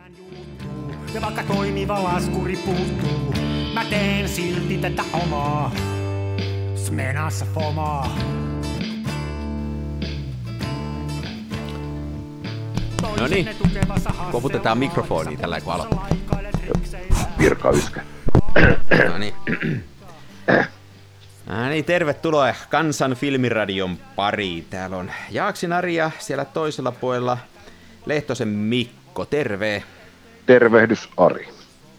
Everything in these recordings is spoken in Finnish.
Ja vaikka toimiva laskuri puuttuu, mä teen silti tätä omaa. Smenassa fomaa. No niin, koputetaan mikrofoniin tällä kun aloittaa. Virkayskä. No niin. No niin, tervetuloa Kansan filmiradion pariin. Täällä on Jaaksin Arja siellä toisella puolella. Lehtosen Mikko, terve. Tervehdys Ari.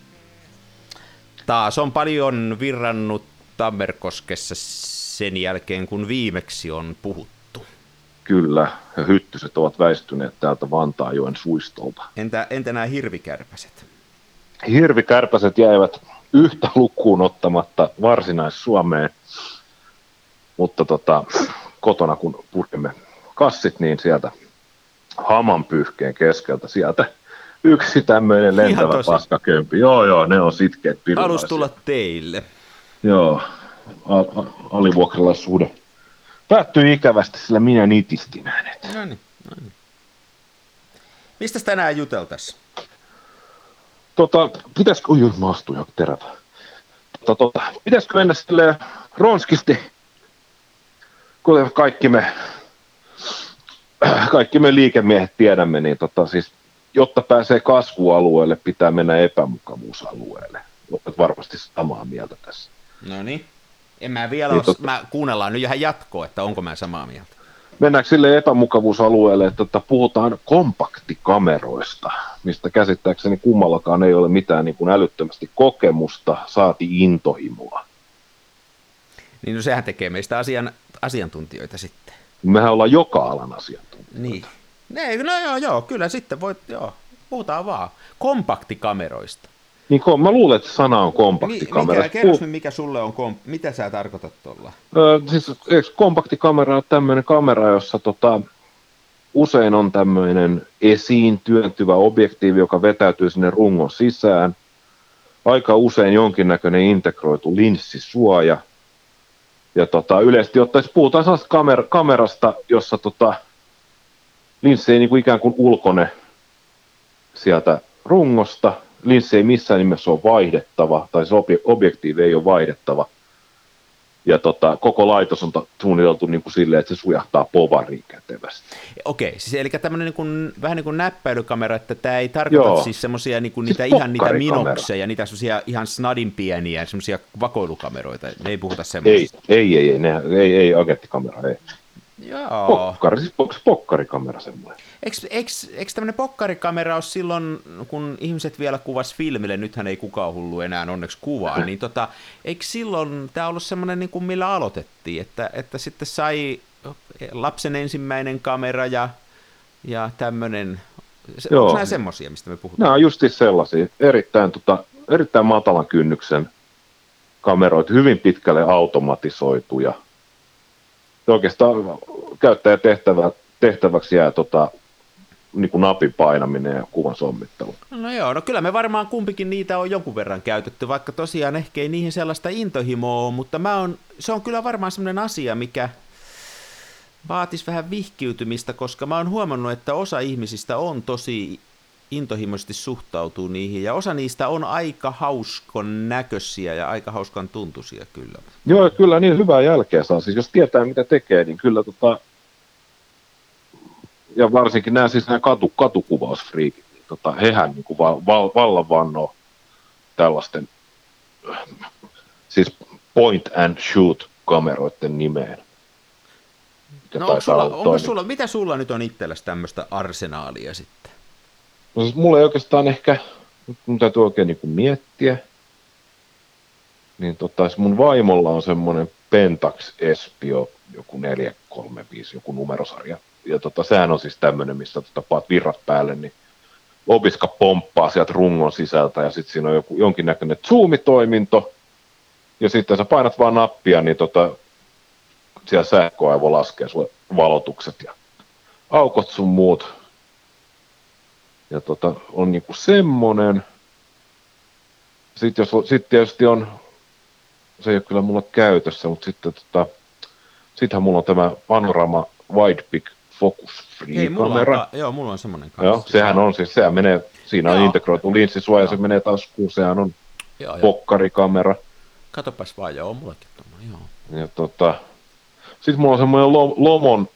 Taas on paljon virrannut Tammerkoskessa sen jälkeen, kun viimeksi on puhuttu. Kyllä, ja hyttyset ovat väistyneet täältä Vantaajoen suistolta. Entä nämä hirvikärpäset? Hirvikärpäset jäivät yhtä lukuun ottamatta Varsinais-Suomeen, mutta kotona kun purkimme kassit, niin sieltä Hamanpyyhkeen keskeltä sieltä yksi tämmöinen lentävä paskakömpi. Joo, ne on sitkeät pilulaisia. Halus tulla teille. Joo, alivuokralaisuuden päättyi ikävästi, sillä minä nitistin hänet. No niin. Mistäs tänään juteltaisiin? Pitäisikö, maastuu jo terävä. Pitäisikö mennä silleen ronskisti, kuten kaikki me liikemiehet tiedämme, niin siis, jotta pääsee kasvualueelle, pitää mennä epämukavuusalueelle. Olet varmasti samaa mieltä tässä. No niin. En mä vielä kuunnellaan nyt ihan jatkoa, että onko mä samaa mieltä. Mennäänkö sille epämukavuusalueelle, että puhutaan kompaktikameroista, mistä käsittääkseni kummallakaan ei ole mitään niin kuin älyttömästi kokemusta, saati intohimoa. Niin no sehän tekee meistä asiantuntijoita sitten. Mehän ollaan joka alan asiantuntijoita. Niin. Joo, kyllä sitten puhutaan vaan kompaktikameroista. Niin, mä luulen, että sana on kompaktikamera. Kerros mikä sulle on, mitä sä tarkoitat tuolla? Siis kompaktikamera on tämmöinen kamera, jossa usein on tämmöinen esiin työntyvä objektiivi, joka vetäytyy sinne rungon sisään. Aika usein jonkinnäköinen integroitu linssisuoja. Ja yleisesti ottaen puhutaan sellaista kamerasta, jossa linssi ei niin kuin ikään kuin ulkone sieltä rungosta. Linssi ei missään nimessä ole vaihdettava, tai se objektiivi ei ole vaihdettava. Ja koko laitos on suunniteltu niin kuin silleen, että se sujahtaa povariin kätevästi. Okei, siis eli tämmöinen vähän niin kuin näppäilykamera, että tämä ei tarkoita siis semmoisia niin niitä niitä minokseja, niitä semmoisia ihan snadin pieniä, semmoisia vakoilukameroita, ne ei puhuta semmoista. Ei agenttikamera, ei. Joo. Pokkarikamera semmoinen. Eikö tämmöinen pokkarikamera ole silloin, kun ihmiset vielä kuvasi filmille, nythän ei kukaan hullu enää onneksi kuvaa, niin eikö silloin tämä ollut semmoinen, niin kuin millä aloitettiin, että sitten sai lapsen ensimmäinen kamera ja tämmöinen, onko nämä semmoisia, mistä me puhutaan? Nämä on justi sellaisia, erittäin matalan kynnyksen kameroita, hyvin pitkälle automatisoituja. Oikeastaan käyttäjän tehtäväksi jää niin kuin napin painaminen ja kuvan sommittelu. No kyllä me varmaan kumpikin niitä on jonkun verran käytetty, vaikka tosiaan ehkä ei niihin sellaista intohimoa ole, mutta se on kyllä varmaan sellainen asia, mikä vaatisi vähän vihkiytymistä, koska mä oon huomannut, että osa ihmisistä on tosi intohimoisesti suhtautuu niihin, ja osa niistä on aika hauskon näköisiä ja aika hauskan tuntuisia kyllä. Joo, kyllä niin hyvää jälkeä saa. Siis jos tietää, mitä tekee, niin kyllä ja varsinkin nämä katukuvausfriikit, niin hehän niin kuin vallan vannoo tällaisten siis point and shoot -kameroiden nimeen. Mitä sulla nyt on itselläsi tämmöistä arsenaalia sitten? No siis mulla ei oikeastaan ehkä, mun täytyy oikein niin kuin miettiä, niin mun vaimolla on semmoinen Pentax Espio, joku 435, joku numerosarja, ja sehän on siis tämmöinen, missä paat virrat päälle, niin opiska pomppaa sieltä rungon sisältä, ja sitten siinä on jonkinnäköinen zoomitoiminto, ja sitten sä painat vaan nappia, niin siellä sähköaivo laskee sulle valotukset ja aukot sun muut. Ja on niinku semmonen. Sitten tietysti on, se ei ole kyllä mulla käytössä, mutta sittenhän mulla on tämä Panorama Wide Peak Focus Free kamera. Joo, mulla on semmonen kanssa. Joo, sehän on siis, sehän menee Siinä on Joo. integroitu linssisuoja, se menee taskuun, sehän on Joo. pokkarikamera. Katopas vaan, joo, mullakin tommonen, joo. Ja sitten mulla on semmoinen Lomon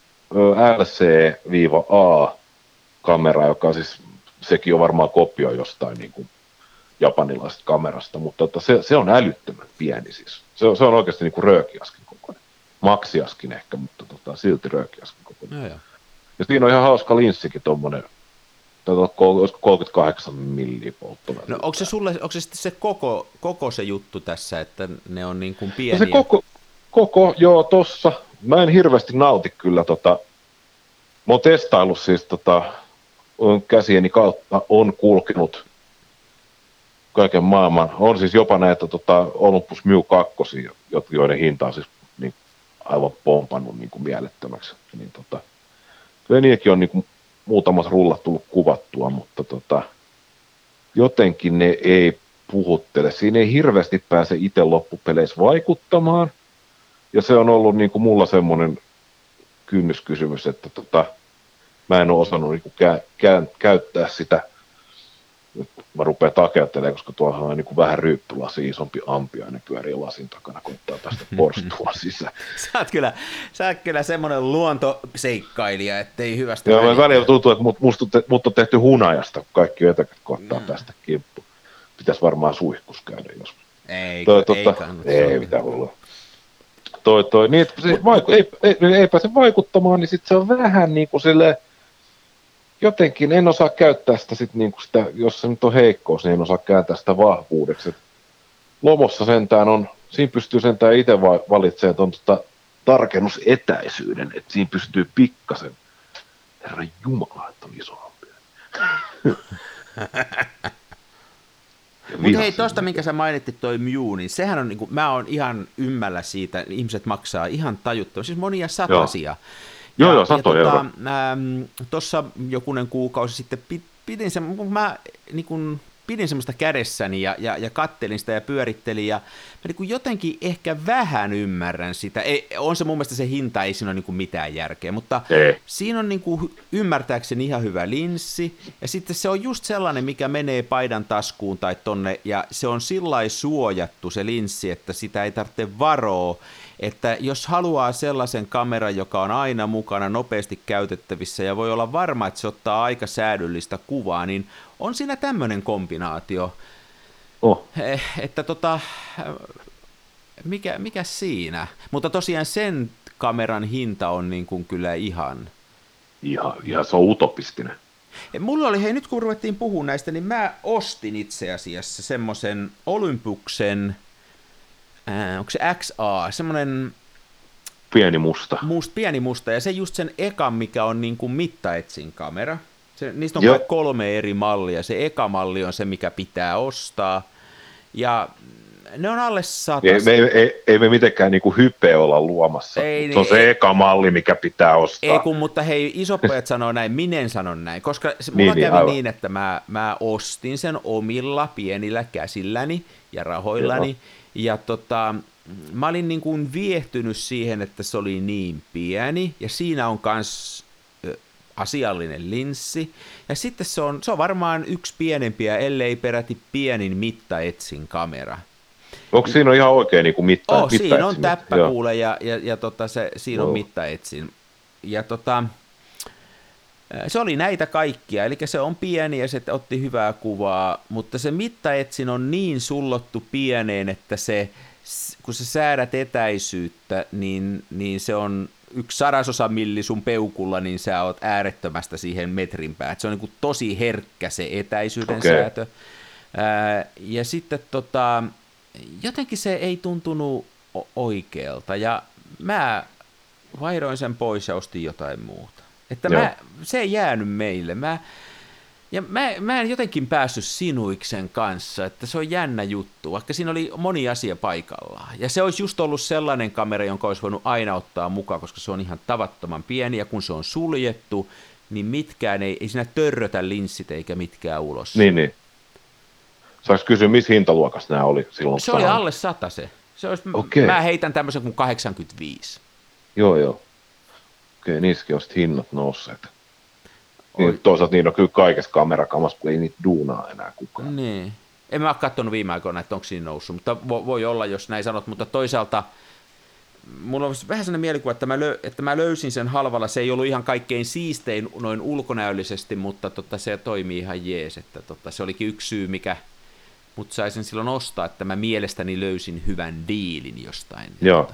LC-A-kamera, joka siis, sekin on varmaan kopio jostain niin kuin japanilaisesta kamerasta, mutta se on älyttömän pieni siis. Se on oikeasti niin kuin röökiaskin kokoinen. Maksiaskin ehkä, mutta silti röökiaskin kokoinen. Joo. Ja siinä on ihan hauska linssikin tuommoinen, olisiko 38 milliä polttoväliltä. No onko se sitten se koko se juttu tässä, että ne on niin kuin pieniä? No se koko, joo, tossa. Mä en hirveästi nauti kyllä mä oon testaillut siis käsieni kautta, on kulkenut kaiken maailman. On siis jopa näitä Olympus Miu 2, joiden hinta on siis niin, aivan pompannut niin kuin mielettömäksi. Niin, kyllä niitäkin on niin kuin muutamat rullat tullut kuvattua, mutta jotenkin ne ei puhuttele. Siinä ei hirveästi pääse itse loppupeleissä vaikuttamaan. Ja se on ollut niin kuin mulla semmoinen kynnyskysymys, että mä en ole osannut niin kuin käyttää sitä. Nyt mä rupean takeattelemaan, koska tuollahan on niin kuin vähän ryyppylasi, isompi ampiainen pyörii lasin takana, koittaa päästä porstua sisään. Sä oot kyllä semmoinen luontoseikkailija, ettei hyvästä Joo, välillä tuntuu, että mut on tehty hunajasta, kun kaikki etäkät koittaa päästä kimppuun. Pitäisi varmaan suihkus käydä joskus. Ei mitään hullua. Niin, että ei pääse vaikuttamaan, niin sitten se on vähän niin kuin silleen, jotenkin en osaa käyttää sitä, sit niinku sitä, jos se nyt on heikkous, niin en osaa kääntää sitä vahvuudeksi. Et Lomossa sentään on, siinä pystyy sentään itse valitsemaan tuon tarkennusetäisyyden, että siinä pystyy pikkasen, herra jumala, että on iso ampia. Mutta hei, tosta minkä sä mainittit toi Miu, niin sehän on, niinku, mä oon ihan ymmällä siitä, ihmiset maksaa ihan tajuttoman, siis monia satasia. Joo, 100 euroa. Tuossa jokunen kuukausi sitten pidin semmoista kädessäni ja kattelin sitä ja pyörittelin ja mä niin kuin jotenkin ehkä vähän ymmärrän sitä. On se mun mielestä se hinta, ei siinä ole niin kuin mitään järkeä, mutta siinä on niin kuin ymmärtääkseni ihan hyvä linssi ja sitten se on just sellainen, mikä menee paidan taskuun tai tonne ja se on sillai suojattu se linssi, että sitä ei tarvitse varoa, että jos haluaa sellaisen kameran, joka on aina mukana nopeasti käytettävissä ja voi olla varma, että se ottaa aika säädyllistä kuvaa, niin on siinä tämmöinen kombinaatio, että mikä siinä? Mutta tosiaan sen kameran hinta on niin kuin kyllä ihan se on utopistinen. Mulla oli, hei nyt kun ruvettiin puhumaan näistä, niin mä ostin itse asiassa semmoisen Olympuksen, onko se XA, semmoinen pieni musta. Pieni musta, ja se just sen ekan, mikä on niin kuin mittaetsin kamera. Niistä on kai 3 eri mallia. Se eka malli on se, mikä pitää ostaa. Ja ne on alle 100. Ei me mitenkään niinku hypeä olla luomassa. Se on se eka malli, mikä pitää ostaa. Mutta hei, isopojat sanoo näin, minä en sano näin. Koska mulla kävi niin, että mä ostin sen omilla pienillä käsilläni ja rahoillani. Ja mä olin niin kuin viehtynyt siihen, että se oli niin pieni. Ja siinä on kans asiallinen linssi, ja sitten se on varmaan yksi pienempiä, ellei peräti pienin mittaetsin kamera. Onko siinä ihan oikein niin kuin mittaetsin? Siinä on täppäkuule ja siinä on mittaetsin. Ja se oli näitä kaikkia, eli se on pieni ja se otti hyvää kuvaa, mutta se mittaetsin on niin sullottu pieneen, että kun sä säädät etäisyyttä, niin se on 1/100 milli sun peukulla, niin sä oot äärettömästä siihen metrin päähän. Se on niin kuin tosi herkkä se etäisyyden säätö. Ja sitten jotenkin se ei tuntunut oikealta, ja mä vaihdoin sen pois ja ostin jotain muuta. Että se ei jäänyt meille. Mä en jotenkin päässyt sinuiksen kanssa, että se on jännä juttu, vaikka siinä oli moni asia paikallaan. Ja se olisi just ollut sellainen kamera, jonka olisi voinut aina ottaa mukaan, koska se on ihan tavattoman pieni, ja kun se on suljettu, niin mitkään ei siinä törrötä linssit eikä mitkään ulos. Niin. Saanko kysyä, missä hintaluokassa nämä oli silloin? Se oli alle 100 se. Olisi, mä heitän tämmöisen kuin 85. Joo. Okei, niissäkin on hinnat nousseet. Niin, toisaalta niin on kyllä kaikessa kamerakamassa, kun ei niitä duunaa enää kukaan. Niin. En mä ole katsonut viime aikoina, että onko siinä noussut, mutta voi olla, jos näin sanot, mutta toisaalta mulla on vähän sellainen mielikuva, että mä löysin sen halvalla. Se ei ollut ihan kaikkein siistein noin ulkonäöllisesti, mutta se toimii ihan jees. Että se olikin yksi syy, mikä mut sai sen silloin ostaa, että mä mielestäni löysin hyvän diilin jostain. Joo.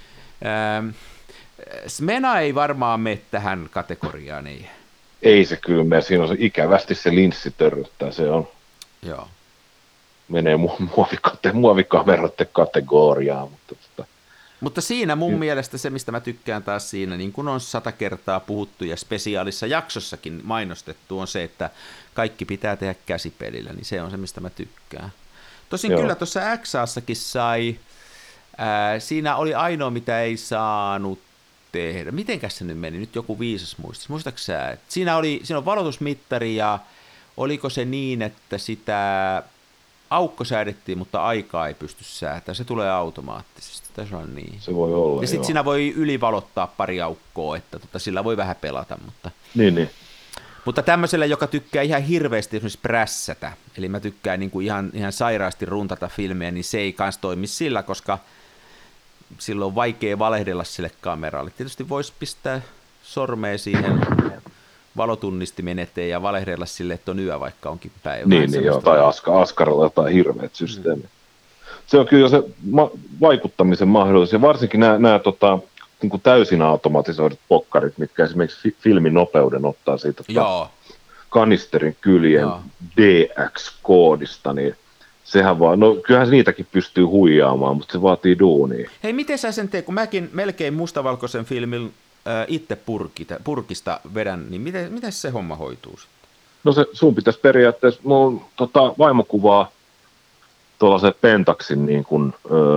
Smena ei varmaan mene tähän kategoriaan, ei. Ei se kyllä mene, siinä on se ikävästi se linssi törröttää, se on. Joo. Menee muovikameroiden kategoriaan, Mutta siinä mun mielestä se, mistä mä tykkään taas siinä, niin kun on 100 kertaa puhuttu ja spesiaalissa jaksossakin mainostettu, on se, että kaikki pitää tehdä käsipelillä, niin se on se, mistä mä tykkään. Tosin kyllä tuossa XAssakin sai, siinä oli ainoa, mitä ei saanut tehdä. Mitenkäs se nyt meni? Nyt joku viisas muistus. Muistatko sä? Siinä on valotusmittari ja oliko se niin, että sitä aukko säädettiin, mutta aikaa ei pysty säätämään. Se tulee automaattisesti. Tässä on niin. Se voi olla, ja sitten siinä voi ylivalottaa pari aukkoa, että sillä voi vähän pelata. Niin. Mutta tämmöisellä, joka tykkää ihan hirveästi esimerkiksi prässätä, eli mä tykkään niin kuin ihan sairaasti runtata filmejä, niin se ei kans toimi sillä, koska silloin on vaikea valehdella sille kameralle. Tietysti voisi pistää sormea siihen valotunnistimen eteen ja valehdella sille, että on yö, vaikka onkin päivä. Niin joo, tai askaralla jotain hirveät systeemiä. Se on kyllä se vaikuttamisen mahdollisuus, ja varsinkin nämä niin kuin täysin automatisoidut pokkarit, mitkä esimerkiksi filmin nopeuden ottaa siitä kanisterin kyljen DX-koodista, niin sehän vaan, no kyllähän niitäkin pystyy huijaamaan, mutta se vaatii duunia. Hei, miten sä sen teet, kun mäkin melkein mustavalkoisen filmin itse purkista vedän, niin miten se homma hoituu sitten? No sun pitäisi periaatteessa, mun vaimokuvaa tuollaisen Pentaxin, niin kun,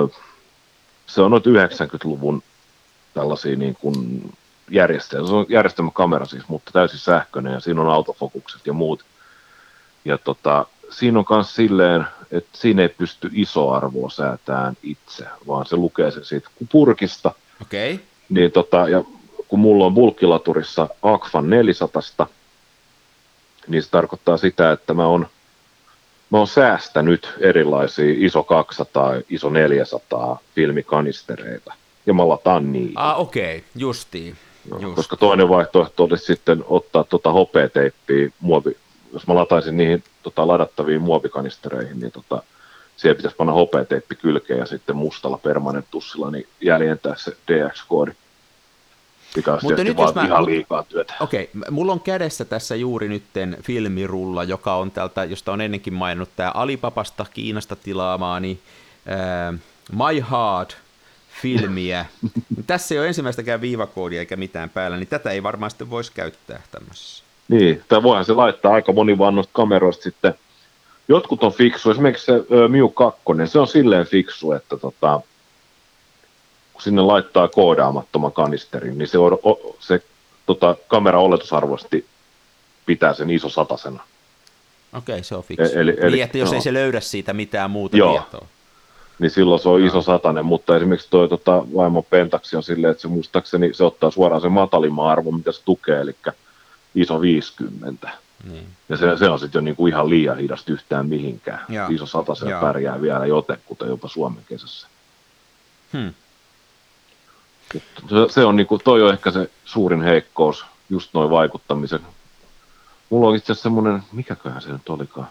se on noita 90-luvun tällaisia niin kun järjestelmä. Se on järjestelmäkamera siis, mutta täysin sähköinen ja siinä on autofokukset ja muut. Ja siinä on myös silleen, että siinä ei pysty isoarvoa säätämään itse, vaan se lukee sen siitä purkista. Okei. Niin ja kun mulla on bulkkilaturissa Agfan 400, niin se tarkoittaa sitä, että mä oon säästänyt erilaisia ISO 200, ISO 400 filmikanistereita, ja mä lataan niitä. Okei, justiin. Koska toinen vaihtoehto olisi sitten ottaa hopeateippiä, jos mä lataisin niihin ladattaviin muovikanistereihin, niin siellä pitäisi panna hopeateippi kylkeen ja sitten mustalla permanenttussilla niin jäljentää se DX-koodi. Mikä on tietysti vaan ihan liikaa työtä. Okei, mulla on kädessä tässä juuri nytten filmirulla, joka on tältä, josta on ennenkin maininnut, tämä Alibabasta Kiinasta tilaamaani My Heart-filmiä. Tässä ei ole ensimmäistäkään viivakoodia eikä mitään päällä, niin tätä ei varmaan sitten voisi käyttää tämmöisessä. Niin, tai voihan se laittaa aika moni vaan noista kameroista sitten. Jotkut on fiksu, esimerkiksi se Miu 2, se on silleen fiksu, että kun sinne laittaa koodaamattoman kanisterin, niin se kamera oletusarvoisesti pitää sen ISO 100-sena. Okei, se on fiksu. Eli että jos ei se löydä siitä mitään muuta tietoa. Niin silloin se on ISO 100, mutta esimerkiksi tuo vaimon Pentax on silleen, että se muistaakseni se ottaa suoraan sen matalimman arvon, mitä se tukee, eli ISO 50. Niin. Ja se on sitten jo niinku ihan liian hidasta yhtään mihinkään. ISO 100 pärjää vielä jotenkuten jopa Suomen kesässä. Se on niinku, toi on ehkä se suurin heikkous, just noin vaikuttamisen. Mulla on itse asiassa semmoinen, mikäköhän se nyt olikaan,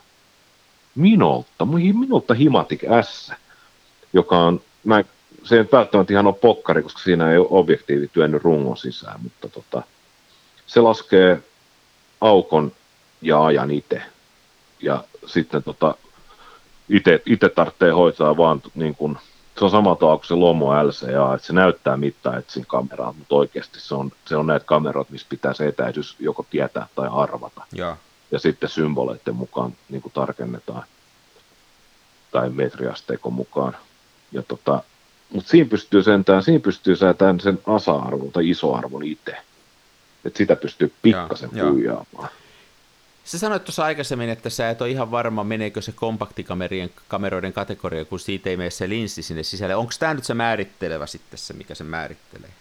Minolta Himatic S, joka on, se ei välttämättä ihan ole pokkari, koska siinä ei ole objektiivi työnnyt rungon sisään, mutta se laskee aukon ja ajan itse. Ja sitten itse tarvitsee hoitaa vaan niin kuin, se on sama kuin se Lomo LCA, että se näyttää mittaetsin kameraan, mutta oikeasti se on näitä kameroita, missä pitää se etäisyys joko tietää tai arvata. Ja sitten symboleiden mukaan niin kuin tarkennetaan tai metriasteikon mukaan. Ja mutta siinä pystyy säätämään sen asa-arvon tai isoarvon itse. Että sitä pystyy pikkasen huijaamaan. Sä sanoit tuossa aikaisemmin, että sä et ole ihan varma, meneekö se kompaktikameroiden kategoria, kun siitä ei mene se linssi sinne sisälle. Onko tämä nyt se määrittelevä sitten se, mikä se määrittelee?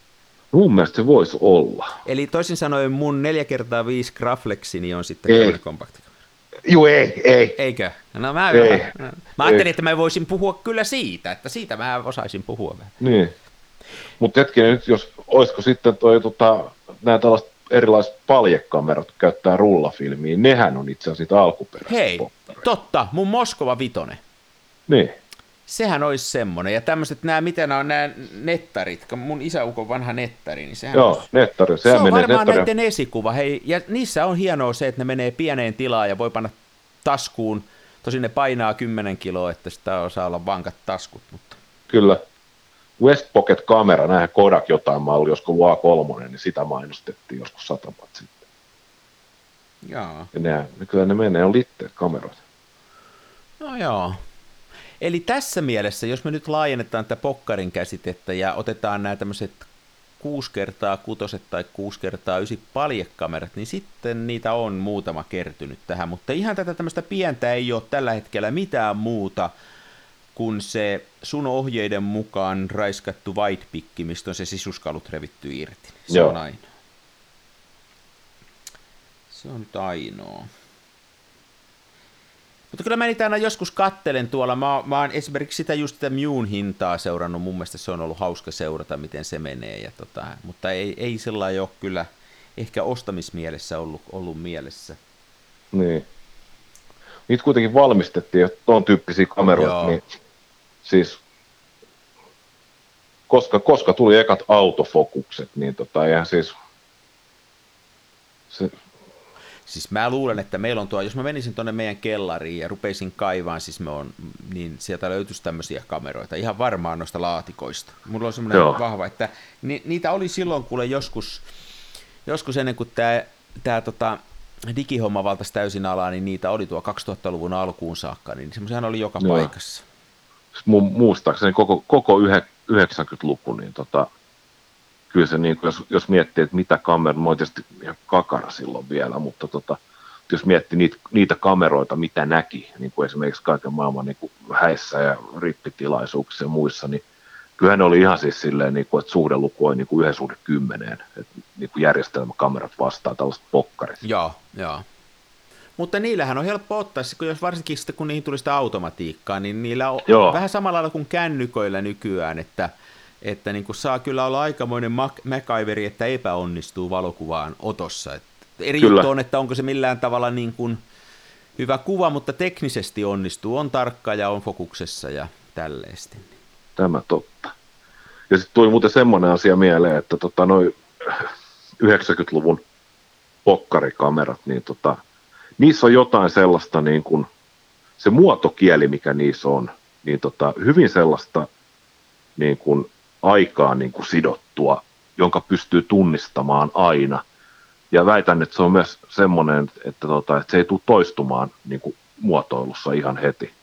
Mun mielestä se voisi olla. Eli toisin sanoen mun 4x5 Graflexini on sitten Ei. tämmöinen kompaktikamera. Joo, ei. Eikö? No mä Ei. Mä ajattelin, että mä voisin puhua kyllä siitä, että siitä mä osaisin puhua vähän. Niin. Mutta hetkinen nyt, jos olisiko sitten nämä tällaiset erilaiset paljekamerat, jotka käyttää rullafilmiä, nehän on itse asiassa alkuperäiset. Hei, totta, mun Moskova Vitonen. Niin. Sehän olisi semmoinen. Ja tämmöiset, mitä nämä on nämä nettarit, mun isäukon vanha nettari, niin sehän Joo, nettari. se on varmaan nettari. näiden esikuva. Hei, ja niissä on hienoa se, että ne menee pieneen tilaan ja voi panna taskuun. Tosin ne painaa 10 kiloa, että sitä osaa olla vankat taskut. Mutta... Kyllä. West Pocket-kamera, näinhän Kodak jotain malli, josko A3, niin sitä mainostettiin joskus 100 vuotta sitten. Jaa. Ja kyllä ne menee, on litteet kameroita. No joo. Eli tässä mielessä, jos me nyt laajennetaan tätä pokkarin käsitettä ja otetaan nämä tämmöiset 6x6 tai 6x9 paljekamerat, niin sitten niitä on muutama kertynyt tähän, mutta ihan tätä tämmöistä pientä ei ole tällä hetkellä mitään muuta kuin se sun ohjeiden mukaan raiskattu whitepikki, mistä on se sisuskalut revitty irti. Se Joo. on ainoa. Se on nyt ainoa. Mutta kyllä mä niitä aina joskus kattelen tuolla. Mä oon esimerkiksi sitä just sitä Mewn hintaa seurannut. Mun mielestä se on ollut hauska seurata, miten se menee. Ja mutta ei sellainen ole kyllä ehkä ostamismielessä ollut mielessä. Niin. Niitä kuitenkin valmistettiin, että tuon tyyppisiä kameroita, Joo. niin siis koska tuli ekat autofokukset, niin eihän siis se... Siis mä luulen, että meillä on jos mä menisin tuonne meidän kellariin ja rupeisin kaivaan, niin sieltä löytyisi tämmöisiä kameroita, ihan varmaan noista laatikoista. Mulla on semmoinen vahva, että niitä oli silloin kuule joskus ennen kuin tämä digihomma valtaisi täysin alaa, niin niitä oli tuo 2000-luvun alkuun saakka, niin semmoisiahan oli joka paikassa. Muistaakseni koko 90-luku, niin kyllä se, niin jos miettii, että mitä kamera, mä oon tietysti ihan kakara silloin vielä, mutta jos miettii niitä kameroita, mitä näki, niin kuin esimerkiksi kaiken maailman niin kuin häissä ja rippitilaisuuksissa ja muissa, niin kyllähän ne oli ihan siis silleen, niin kuin, että suhdeluku oli niin kuin 1:10, että niin kuin järjestelmäkamerat vastaa tällaiset pokkarit. Joo. Mutta niillähän on helppo ottaa, varsinkin sitten kun niihin tuli sitä automatiikkaa, niin niillä on vähän samalla lailla kuin kännyköillä nykyään, että niin kuin saa kyllä olla aikamoinen MacGyveri, että epäonnistuu valokuvaan otossa. Eri juttu on, että onko se millään tavalla niin kuin hyvä kuva, mutta teknisesti onnistuu, on tarkka ja on fokuksessa ja tälleesti. Tämä totta. Ja sitten tuli muuten semmoinen asia mieleen, että noin 90-luvun pokkarikamerat, niin niissä on jotain sellaista, niin kuin, se muotokieli, mikä niissä on, niin hyvin sellaista niin kuin, aikaan niin kuin sidottua, jonka pystyy tunnistamaan aina. Ja väitän, että se on myös semmoinen, että se ei tule toistumaan niin kuin, muotoilussa ihan heti.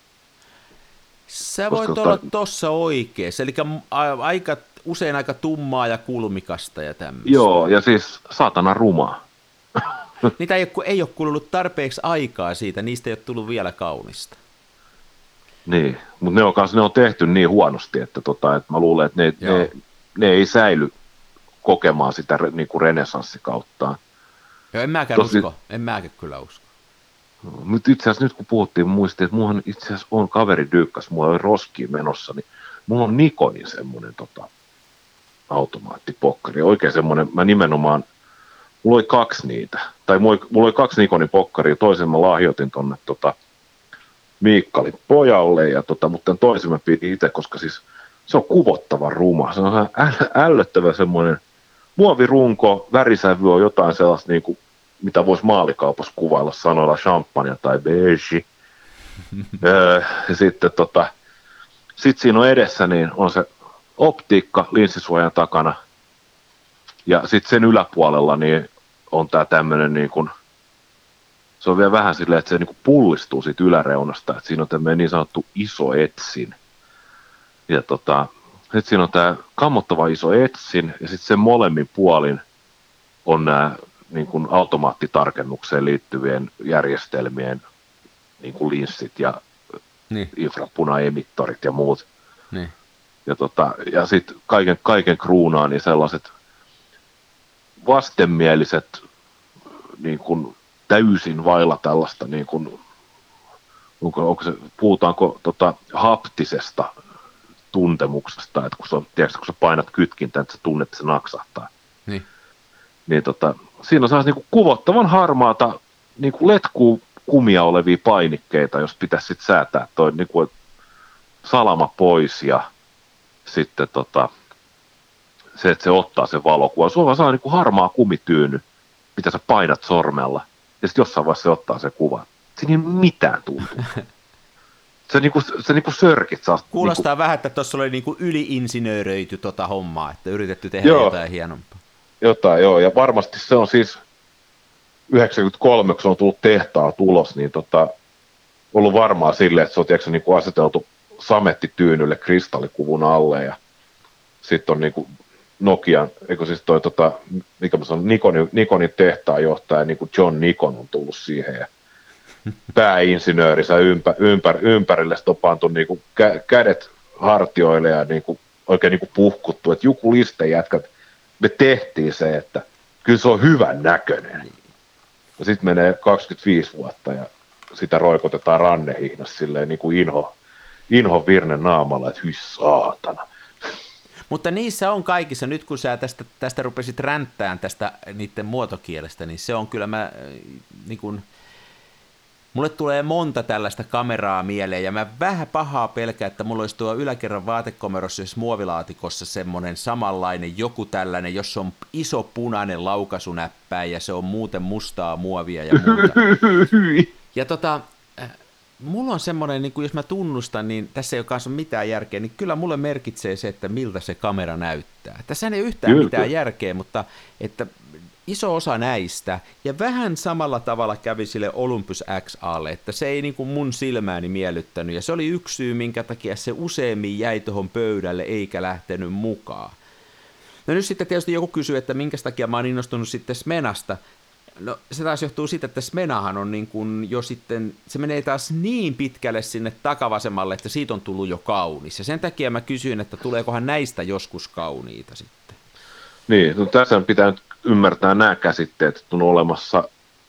Sä voit olla tuossa oikeassa, eli usein aika tummaa ja kulmikasta ja tämmöistä. Joo, ja siis saatana rumaa. Niitä ei ole kulunut tarpeeksi aikaa siitä, niistä ei ole tullut vielä kaunista. Niin, mutta ne on tehty niin huonosti, että mä luulen, että ne ei säily kokemaan sitä niin kuin renessanssikauttaan. Joo, en mäkään kyllä usko. Mutta itse asiassa nyt kun puhuttiin, muistin, että mullahan itse asiassa on kaveri dyykkäs, mulla oli roskiin menossa, niin mulla on Nikonin semmoinen automaattipokkari. Oikein semmoinen, mä nimenomaan, mulla oli 2 niitä, tai mulla oli 2 Nikonin pokkaria, toisen mä lahjoitin tonne Miikkalin pojalle, mutta tämän toisen mä pidin itse, koska siis se on kuvottavan ruma. Se on ällöttävä semmoinen muovirunko, värisävy on jotain sellaista, niin kuin, mitä voisi maalikaupassa kuvailla sanoilla champagne tai beige. Ja sitten sit siinä on edessä, niin on se optiikka linssisuojan takana. Ja sitten sen yläpuolella niin on tämä tämmöinen niin kuin, se on vielä vähän silleen, että se niin kuin pullistuu siitä yläreunasta, että siinä on tämmöinen niin sanottu iso etsin. Ja sitten siinä on tämä kammottava iso etsin, ja sitten sen molemmin puolin on nämä niin kuin automaattitarkennukseen liittyvien järjestelmien niin kuin linssit ja infrapunaemittorit ja muut. Niin. Ja sitten kaiken kruunaa, niin sellaiset vastenmieliset niin kuin täysin vailla tällaista, niin kuin, puhutaanko haptisesta tuntemuksesta, että kun sä painat kytkintä, että sä tunnet, että se naksahtaa. Niin. Niin siinä on sellaista niin kuin kuvottavan harmaata niin kuin letkukumia olevia painikkeita, jos pitäisi sitten säätää toi niin kuin salama pois ja sitten se, että se ottaa sen valokuvan. Sulla on sellainen niin kuin harmaa kumityyny, mitä sä painat sormella, ja sitten jossain vaiheessa se ottaa sen kuvan. Siinä ei mitään tuntuu. Se niinku sörkit. Kuulostaa niinku, vähän, että tuossa oli niinku yliinsinööröity hommaa, että yritetty tehdä jotain hienompaa. Jotain, joo. Ja varmasti se on siis 93, kun se on tullut tehtaalta ulos, niin ollut varmaa silleen, että se on niinku aseteltu samettityynylle kristallikuvun alle, ja sitten on niinku Nokian, eikö siis toi mikä mä sanon, Nikonin tehtaanjohtaja, niin kuin John Nikon on tullut siihen, ja pääinsinöörinsä ympärille stopaantui niinku kädet hartioille ja niinku, oikein niinku puhkuttu, että joku liste jätkät, me tehtiin se, että kyllä se on hyvän näköinen. Ja sitten menee 25 vuotta ja sitä roikotetaan rannehihnassa silleen niinku inho virne naamalla, että hyi saatana. Mutta niissä on kaikissa, nyt kun sä tästä rupesit ränttään tästä niiden muotokielestä, niin se on kyllä niin kun, mulle tulee monta tällaista kameraa mieleen, ja mä vähän pahaa pelkään, että mulla olisi tuo yläkerran vaatekomerossa jos muovilaatikossa semmoinen samanlainen joku tällainen, jossa on iso punainen laukasunäppäin, ja se on muuten mustaa muovia ja muuta. Ja mulla on semmoinen, niin jos mä tunnustan, niin tässä ei ole kanssa mitään järkeä, niin kyllä mulle merkitsee se, että miltä se kamera näyttää. Tässä ei yhtään mitään järkeä, mutta että iso osa näistä, ja vähän samalla tavalla kävi sille Olympus XAlle, että se ei niin kuin mun silmääni miellyttänyt, ja se oli yksi syy, minkä takia se useammin jäi tuohon pöydälle eikä lähtenyt mukaan. No nyt sitten tietysti joku kysyy, että minkä takia mä oon innostunut sitten Smenasta. No se taas johtuu siitä, että Smenahan on niin kuin jo sitten, se menee taas niin pitkälle sinne takavasemmalle, että siitä on tullut jo kaunis. Ja sen takia mä kysyin, että tuleekohan näistä joskus kauniita sitten. Niin, no tässä pitää nyt ymmärtää nämä käsitteet, että on olemassa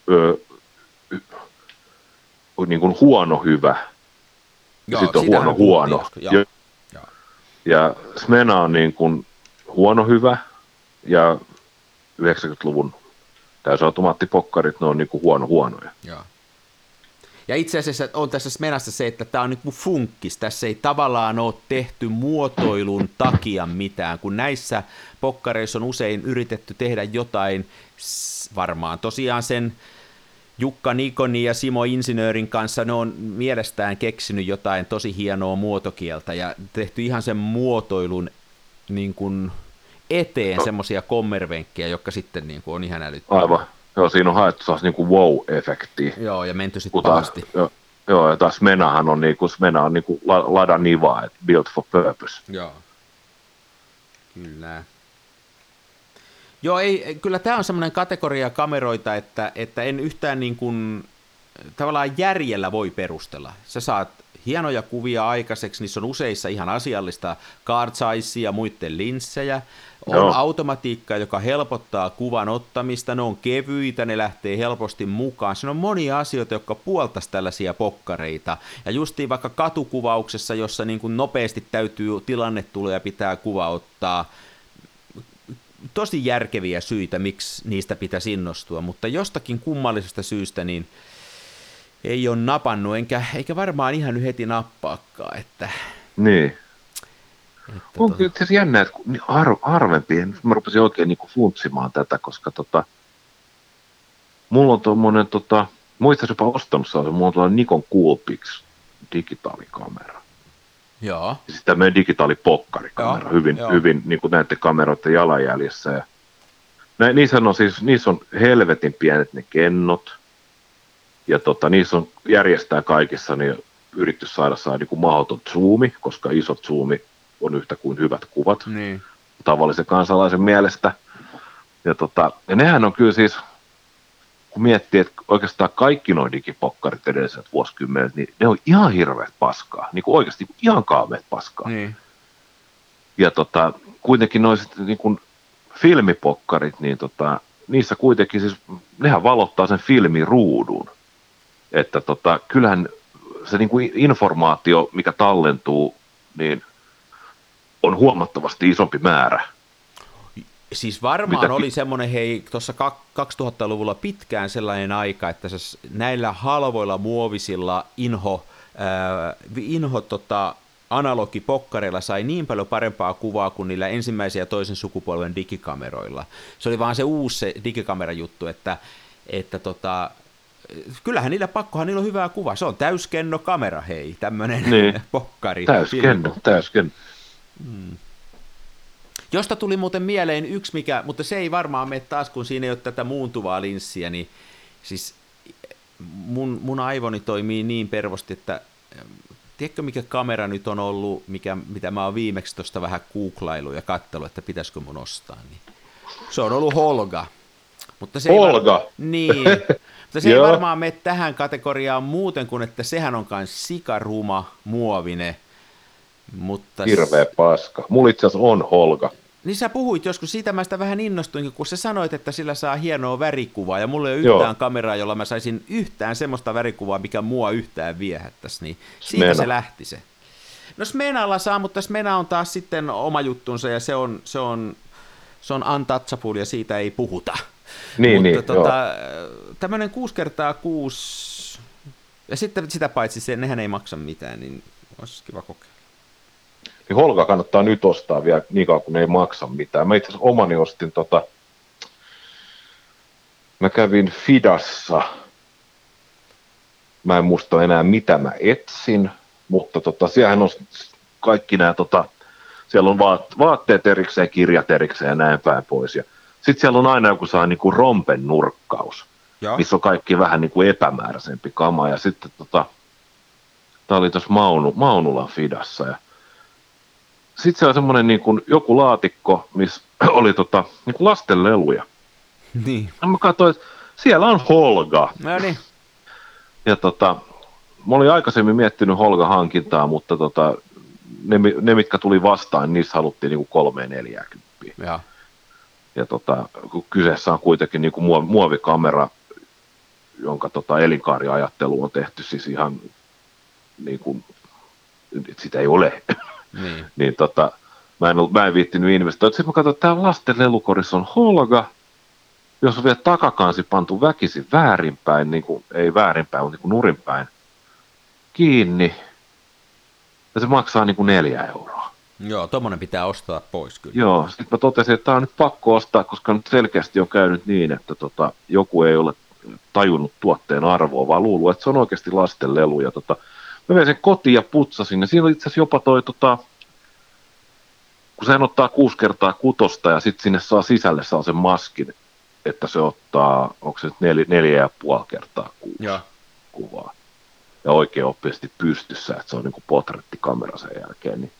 niin kuin huono hyvä ja sitten on huono. Ja Smena on niin kuin huono hyvä ja 90-luvun täysautomaattipokkarit, ne on niin kuin huonoja. Joo. Ja itse asiassa on tässä Smenassa se, että tämä on niin kuin funkkis. Tässä ei tavallaan ole tehty muotoilun takia mitään, kun näissä pokkareissa on usein yritetty tehdä jotain, varmaan tosiaan sen Jukka Nikonin ja Simo Insinöörin kanssa, ne on mielestään keksinyt jotain tosi hienoa muotokieltä ja tehty ihan sen muotoilun niin kuin eteen semmoisia kommervenkkejä, jotka sitten niin kuin on ihan älyttömiä. Aivan. Joo, siinä on haettu saas niinku wow-efektiä. Joo, ja menty sitten pahasti. Joo, ja taas Smena on niinku lada nivaa, että built for purpose. Joo. Kyllä. Joo, kyllä tämä on semmoinen kategoria kameroita, että en yhtään niin kuin, tavallaan järjellä voi perustella. Sä saat hienoja kuvia aikaiseksi, niissä on useissa ihan asiallista card sizea ja muiden linssejä. On automatiikka, joka helpottaa kuvan ottamista, ne on kevyitä, ne lähtee helposti mukaan. Siinä on monia asioita, jotka puoltaisi tällaisia pokkareita. Ja justiin vaikka katukuvauksessa, jossa niin kuin nopeasti täytyy tilanne tulla ja pitää kuva ottaa, tosi järkeviä syitä, miksi niistä pitäisi innostua, mutta jostakin kummallisesta syystä niin ei ole napannut, eikä varmaan ihan heti nappaakaan. Että, niin. On kyllä se jännä, että harvempi, mä rupesin oikein niin kuin funtsimaan tätä, koska mulla on tuommoinen, muistais jopa ostanut sellaisen, mulla on tuollainen Nikon Coolpix digitaalikamera. Joo. Siis tämmöinen digitaalipokkarikkamera, hyvin niin kuin näiden kameroiden jalanjäljessä. Ja niissä on helvetin pienet ne kennot, ja niissä on järjestää kaikissa, niin yritetty saada niin kuin mahdoton zoomi, koska isot zoomi on yhtä kuin hyvät kuvat tavallisen kansalaisen mielestä. Ja nehän on kyllä siis, kun miettii, että oikeastaan kaikki nuo digipokkarit edelliset vuosikymmenet, niin ne on ihan hirveät paskaa, niin kuin oikeasti ihan kaameet paskaa. Niin. Ja kuitenkin ne on sitten niin kuin filmipokkarit, niin niissä kuitenkin siis, nehän valottaa sen filmiruudun. Että kyllähän se niin kuin informaatio, mikä tallentuu, niin on huomattavasti isompi määrä. Siis varmaan oli semmoinen, tuossa 2000-luvulla pitkään sellainen aika, että näillä halvoilla muovisilla analogipokkareilla sai niin paljon parempaa kuvaa kuin niillä ensimmäisen ja toisen sukupolven digikameroilla. Se oli vaan se uusi se digikamerajuttu, että kyllähän pakkohan niillä on hyvää kuvaa. Se on täyskennokamera, hei, tämmöinen niin. Pokkari. Täyskenno. Josta tuli muuten mieleen yksi, mutta se ei varmaan mene taas, kun siinä ei ole tätä muuntuvaa linssiä, niin siis mun aivoni toimii niin pervosti, että tiedätkö mikä kamera nyt on ollut, mitä mä oon viimeksi tuosta vähän googlailu ja katsellut, että pitäisikö mun ostaa, niin se on ollut Holga. Mutta se Holga? Niin, mutta se ei varmaan mene tähän kategoriaan muuten kuin, että sehän on myös sikaruma muovinen. Mutta hirveä paska. Mulla itse asiassa on Holga. Niin sä puhuit joskus, siitä mä sitä vähän innostuinkin, kun sä sanoit, että sillä saa hienoa värikuvaa, ja mulla ei ole yhtään kameraa, jolla mä saisin yhtään semmoista värikuvaa, mikä mua yhtään viehättäisi, niin siitä se lähti se. No Smenalla saa, mutta Smena on taas sitten oma juttunsa, ja se on untouchable, ja siitä ei puhuta. Mutta tämmöinen 6x6, ja sitten sitä paitsi nehän ei maksa mitään, niin olisi kiva kokeilla. Niin Holga kannattaa nyt ostaa vielä niin kauan, kun ne ei maksa mitään. Mä itse asiassa omani ostin mä kävin Fidassa. Mä en muista enää mitä mä etsin, mutta siellähän on kaikki nämä, siellä on vaatteet erikseen, kirjat erikseen ja näin päin pois. Ja sitten siellä on aina joku saa niinku rompen nurkkaus, missä on kaikki vähän niinku epämääräisempi kama. Ja sitten tää oli tuossa Maunulan Fidassa ja sitten se on semmoinen niin kuin joku laatikko, missä oli niin kuin lastenleluja. Niin. Ja mä katsoin, että siellä on Holga. No niin. Ja mä olin aikaisemmin miettinyt Holga-hankintaa, mutta ne mitkä tuli vastaan, niissä haluttiin niin kuin 340. Ja kun kyseessä on kuitenkin niin kuin muovikamera, jonka elinkaariajattelu on tehty siis ihan niin kuin, että sitä ei ole. Niin mä en viittinyt investoida. Sitten mä katsoin, että täällä lasten lelukorissa on Holga, jos on vielä takakansi pantu väkisin väärinpäin, niin kuin, ei väärinpäin, mutta niin kuin nurinpäin, kiinni, ja se maksaa niin kuin 4 euroa. Joo, tommonen pitää ostaa pois kyllä. Joo, sitten mä totesin, että tää on nyt pakko ostaa, koska nyt selkeästi on käynyt niin, että joku ei ole tajunnut tuotteen arvoa, vaan luullut, että se on oikeasti lasten lelu. Ja mä vein sen kotiin ja putsasin, ja siinä oli itse asiassa jopa kun sehän ottaa 6x6 ja sitten sinne saa sisälle sen maskin, että se ottaa, onko se 4,5x6 kuvaa. Ja oikein oppiasti pystyssä, että se on niin kuin potrettikamera sen jälkeen. Niin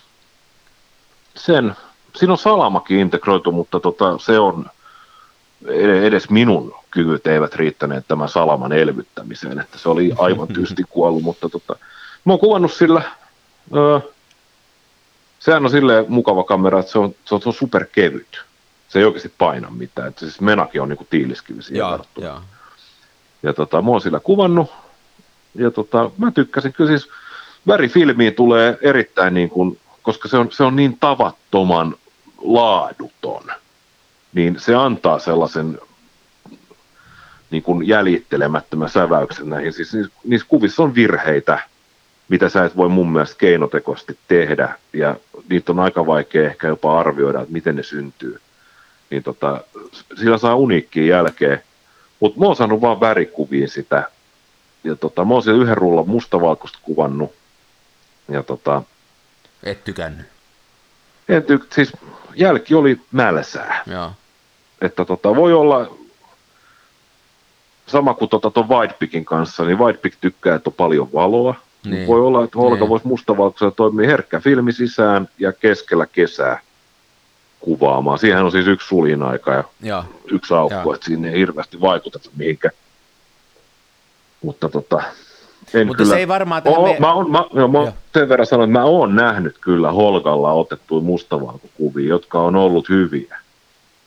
siinä on salamakin integroitu, mutta se on, edes minun kyvyt eivät riittäneet tämän salaman elvyttämiseen, että se oli aivan tysti kuollut, mutta mä oon kuvannut sillä, sehän on silleen mukava kamera, että se on superkevyt. Se ei oikeasti paina mitään, että siis Menakin on niinku tiiliskivi siihen verrattuna. Ja mä oon sillä kuvannut, ja mä tykkäsin, kyllä siis värifilmiin tulee erittäin niin kuin, koska se on niin tavattoman laaduton, niin se antaa sellaisen niin kuin jäljittelemättömän säväyksen näihin. Siis niissä kuvissa on virheitä, mitä sä et voi mun mielestä keinotekoisesti tehdä, ja niitä on aika vaikea ehkä jopa arvioida, että miten ne syntyy. Niin sillä saa uniikkiin jälkeen, mutta mä oon saanut vaan värikuviin sitä, ja mä oon siellä yhden rullan mustavalkoista kuvannut, ja et tykännyt? Siis jälki oli mälsää. Joo. Että voi olla sama kuin ton Widepicin kanssa, niin Widepic tykkää, että on paljon valoa. Niin. Voi olla, että Holga voisi mustavalkoisella toimia herkkä filmi sisään ja keskellä kesää kuvaamaan. Siihen on siis yksi suljinaika ja yksi aukko, että siinä ei hirveästi vaikuteta mihinkään. Mutta Mutta se ei varmaan mä sen verran sanon, että mä oon nähnyt kyllä Holgalla otettuja mustavalkokuvia, jotka on ollut hyviä.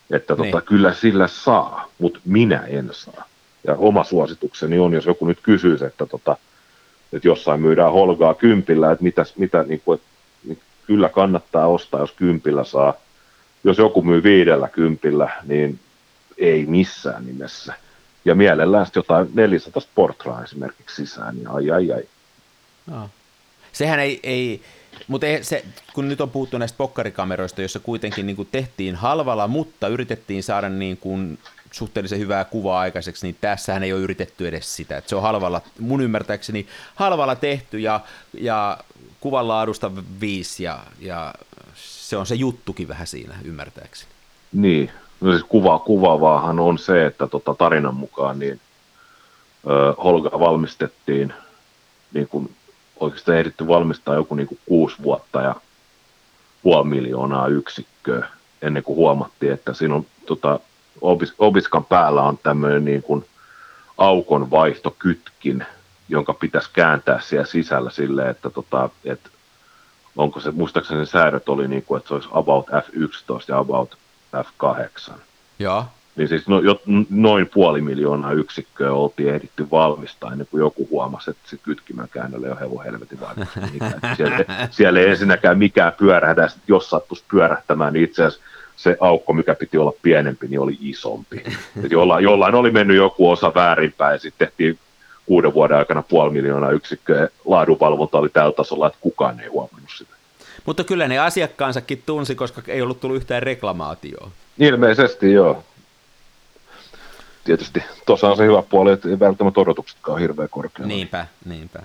Että Niin. kyllä sillä saa, mutta minä en saa. Ja oma suositukseni on, jos joku nyt kysyisi, että jossain myydään Holgaa 10, että mitä niin kuin, niin kyllä kannattaa ostaa, jos 10 saa. Jos joku myy 50, niin ei missään nimessä. Ja mielellään sitten jotain 400 Sportraa esimerkiksi sisään, niin ai. No. Sehän ei mutta se, kun nyt on puhuttu näistä pokkarikameroista, joissa kuitenkin niin kuin tehtiin halvalla, mutta yritettiin saada niin kuin suhteellisen hyvää kuvaa aikaiseksi, niin tässähän ei ole yritetty edes sitä. Että se on halvalla, mun ymmärtääkseni halvalla tehty ja kuvan laadusta 5 ja se on se juttukin vähän siinä ymmärtääkseni. Niin, no siis kuvaavaahan on se, että tarinan mukaan niin Holga valmistettiin niin kuin oikeastaan ehditty valmistaa joku niin kuin 6 vuotta ja 500 000 yksikköä ennen kuin huomattiin, että siinä on obiskan päällä on tämmöinen niin kuin aukonvaihtokytkin, jonka pitäisi kääntää siellä sisällä silleen, että onko se, muistaakseni se säädöt oli niin kuin, että se olisi about F11 ja about F8. Joo. Niin siis noin 500 000 yksikköä oltiin ehditty valmistaa ennen kuin joku huomasi, että se kytkimän käännöllä ei ole hevon helvetin vaikutusta. Siellä ei ensinnäkään mikään pyörähdä, ja jos sattuisi pyörähtämään, niin itse asiassa se aukko, mikä piti olla pienempi, niin oli isompi. Et jollain oli mennyt joku osa väärinpäin, ja sitten tehtiin 6 vuoden aikana 500 000 yksikköä, ja laadunvalvonta oli tällä tasolla, että kukaan ei huomannut sitä. Mutta kyllä ne asiakkaansakin tunsi, koska ei ollut tullut yhtään reklamaatioa. Ilmeisesti joo. Tietysti tuossa on se hyvä puoli, että ei välttämättä odotuksetkaan ole hirveän korkealla. Niinpä.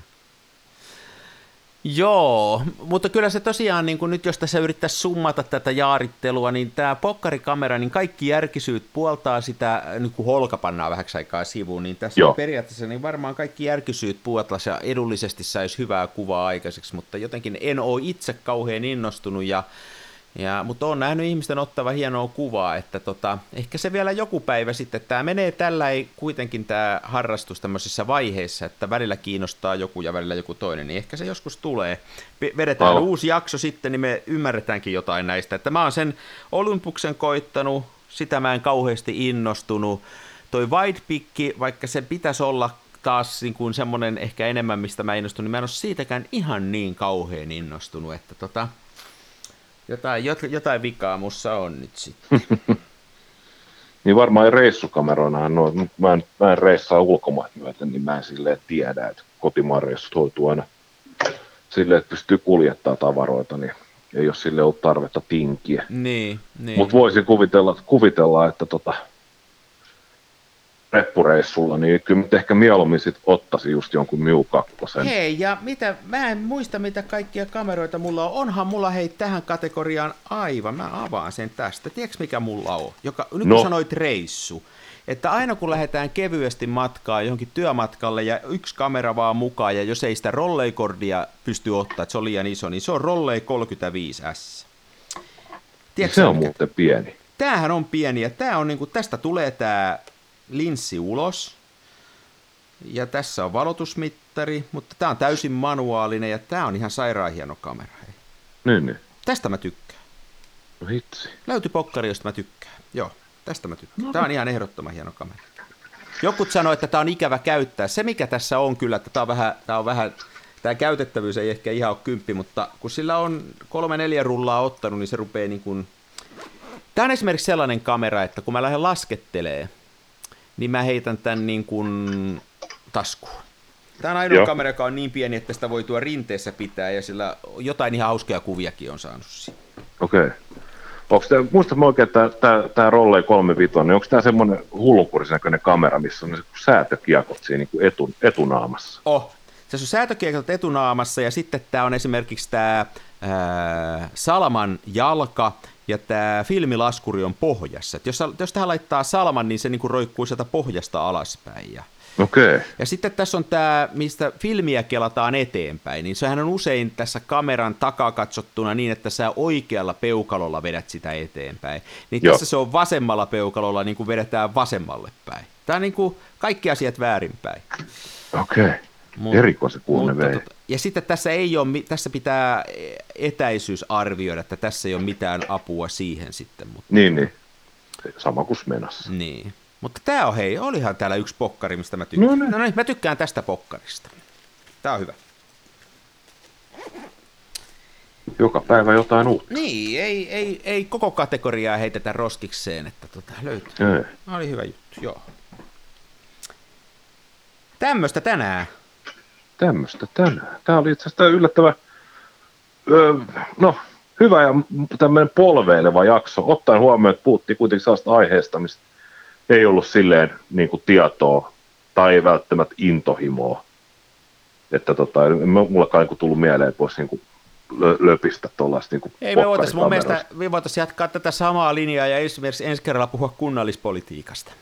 Joo, mutta kyllä se tosiaan, niin kun nyt jos tässä yrittäisi summata tätä jaarittelua, niin tämä pokkarikamera, niin kaikki järkisyyt puoltaa sitä, nyt kun Holga pannaan vähäksi aikaa sivuun, niin tässä on periaatteessa niin varmaan kaikki järkisyyt puoltaisi ja edullisesti saisi hyvää kuvaa aikaiseksi, mutta jotenkin en ole itse kauhean innostunut mutta olen nähnyt ihmisten ottava hienoa kuvaa, että ehkä se vielä joku päivä sitten, tämä menee tällä ei kuitenkin tämä harrastus tämmöisissä vaiheissa, että välillä kiinnostaa joku ja välillä joku toinen, niin ehkä se joskus tulee. Vedetään uusi jakso sitten, niin me ymmärretäänkin jotain näistä, että mä oon sen Olympuksen koittanut, sitä mä en kauheasti innostunut. Toi Widepikki, vaikka se pitäisi olla taas niin kuin semmoinen ehkä enemmän, mistä mä innostun, niin mä en ole siitäkään ihan niin kauhean innostunut, että jotain vikaa mussa on nyt sitten. Niin varmaan reissukameroinahan mä en reissaa ulkomaat myöten, niin mä en silleen tiedä, että kotimaan reissut hoituu aina silleen, että pystyy kuljettaa tavaroita, niin ei ole sille ollut tarvetta tinkiä. Niin. Mutta voisin kuvitella, että reppureissulla, niin kyllä ehkä mieluummin sit ottaisi just jonkun Miu 2. Hei, ja mä en muista mitä kaikkia kameroita mulla on. Onhan mulla tähän kategoriaan aivan, mä avaan sen tästä. Tiedätkö mikä mulla on? Nyt kun sanoit reissu, että aina kun lähdetään kevyesti matkaan johonkin työmatkalle ja yksi kamera vaan mukaan, ja jos ei sitä rolleikordia pysty ottaa, että se on liian iso, niin se on Rollei 35S. Tiedätkö, se on muuten pieni. Tämähän on pieni, ja tää on niinku, tästä tulee tää linssi ulos, ja tässä on valotusmittari, mutta tämä on täysin manuaalinen, ja tämä on ihan sairaan hieno kamera. Hei. Niin. Tästä mä tykkään. No hitsi. Löytyi pokkari, josta mä tykkään. Joo, tästä mä tykkään. No. Tämä on ihan ehdottoman hieno kamera. Jokut sanoo, että tämä on ikävä käyttää. Se mikä tässä on kyllä, että tämä käytettävyys ei ehkä ihan ole 10, mutta kun sillä on 3-4 rullaa ottanut, niin se rupeaa niin kuin... Tämä on esimerkiksi sellainen kamera, että kun mä lähden laskettelemaan, niin mä heitän tämän niin kuin taskuun. Tämä on ainoa kamera, joka on niin pieni, että sitä voi tuo rinteessä pitää, ja sillä jotain ihan hauskoja kuviakin on saanut siinä. Okei. Muistatko oikein, että tämä Rollei 35, niin onko tämä semmoinen hullunkurisen näköinen kamera, missä on säätökiekot siinä niin kuin etunaamassa? Tässä on säätökiekot etunaamassa, ja sitten tämä on esimerkiksi tämä Salman jalka, ja tämä filmilaskuri on pohjassa. Et jos tähän laittaa Salman, niin se niinku roikkuu sieltä pohjasta alaspäin. Okei. Ja sitten tässä on tämä, mistä filmiä kelataan eteenpäin, niin sehän on usein tässä kameran takaa katsottuna niin, että sä oikealla peukalolla vedät sitä eteenpäin. Niin tässä se on vasemmalla peukalolla, niin kuin vedetään vasemmalle päin. Tämä on niin kuin kaikki asiat väärinpäin. Okei. Erikoisen kuulinen vei. Ja sitten tässä pitää etäisyys arvioida, että tässä ei ole mitään apua siihen sitten. Mutta, niin. Sama kuin Smenassa. Niin. Mutta tää on, hei, olihan täällä yksi pokkari, mistä mä tykkään. No niin, mä tykkään tästä pokkarista. Tää on hyvä. Joka päivä jotain uutta. Niin, ei koko kategoriaa heitetä roskikseen, että löytyy. Ei. Oli hyvä juttu, joo. Tämmöstä tänään. Tää oli itse asiassa yllättävän, hyvä ja tämmöinen polveileva jakso, ottaen huomioon, että puhuttiin kuitenkin sellaista aiheesta, mistä ei ollut silleen niin kuin tietoa tai ei välttämättä intohimoa. Että mullakaan ei tullut mieleen, että voisi niin kuin löpistä tuollaista niin ei me voitaisiin, mun mielestä me voitaisiin jatkaa tätä samaa linjaa ja esimerkiksi ensi kerralla puhua kunnallispolitiikasta.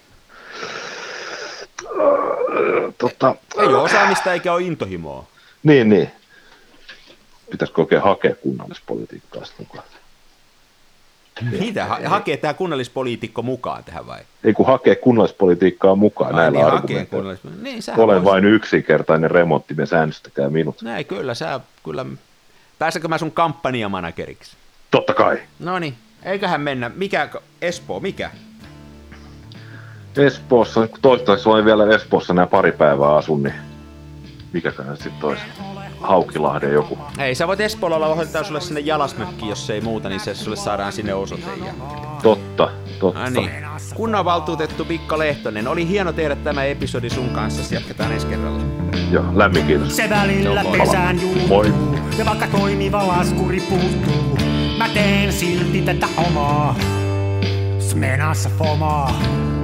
Ei ole osaamista eikä ole intohimoa. Niin. Pitäisikö oikein hakea kunnallispolitiikkaa sitten mukaan? Mitä? Hakee tämä kunnallispoliitikko mukaan tähän vai? Ei kun hakee kunnallispolitiikkaa mukaan näillä argumenteilla. Niin, olen vain yksinkertainen remonttimies, äänestäkää minut. Näin, kyllä. Pääsenkö mä sun kampanjamanageriksi? Totta kai. Noniin, eiköhän mennä. Espoo, mikä? Espoossa, toistaiseksi olen vielä Espoossa nämä pari päivää asun, niin mikäkään sitten olisi Haukilahden joku. Hei, sä voit Espoolla olla ohjeltaa sulle sinne Jalasmökkiin, jos ei muuta, niin se sulle saadaan sinne osoite. Totta. Niin. Kunnanvaltuutettu Mikko Lehtonen, oli hieno tehdä tämä episodi sun kanssa, jatketaan ensi kerralla. Joo, lämmin kiitos. Se välillä pesään juuttuu, ja vaikka toimiva laskuri puuttuu, mä teen silti tätä omaa, Smenassa fomaa.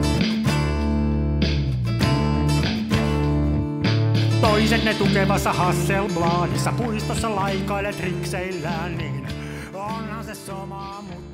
Toiset ne tukevassa Hasselbladissa puistossa laikailet rikseillään, niin onhan se sama,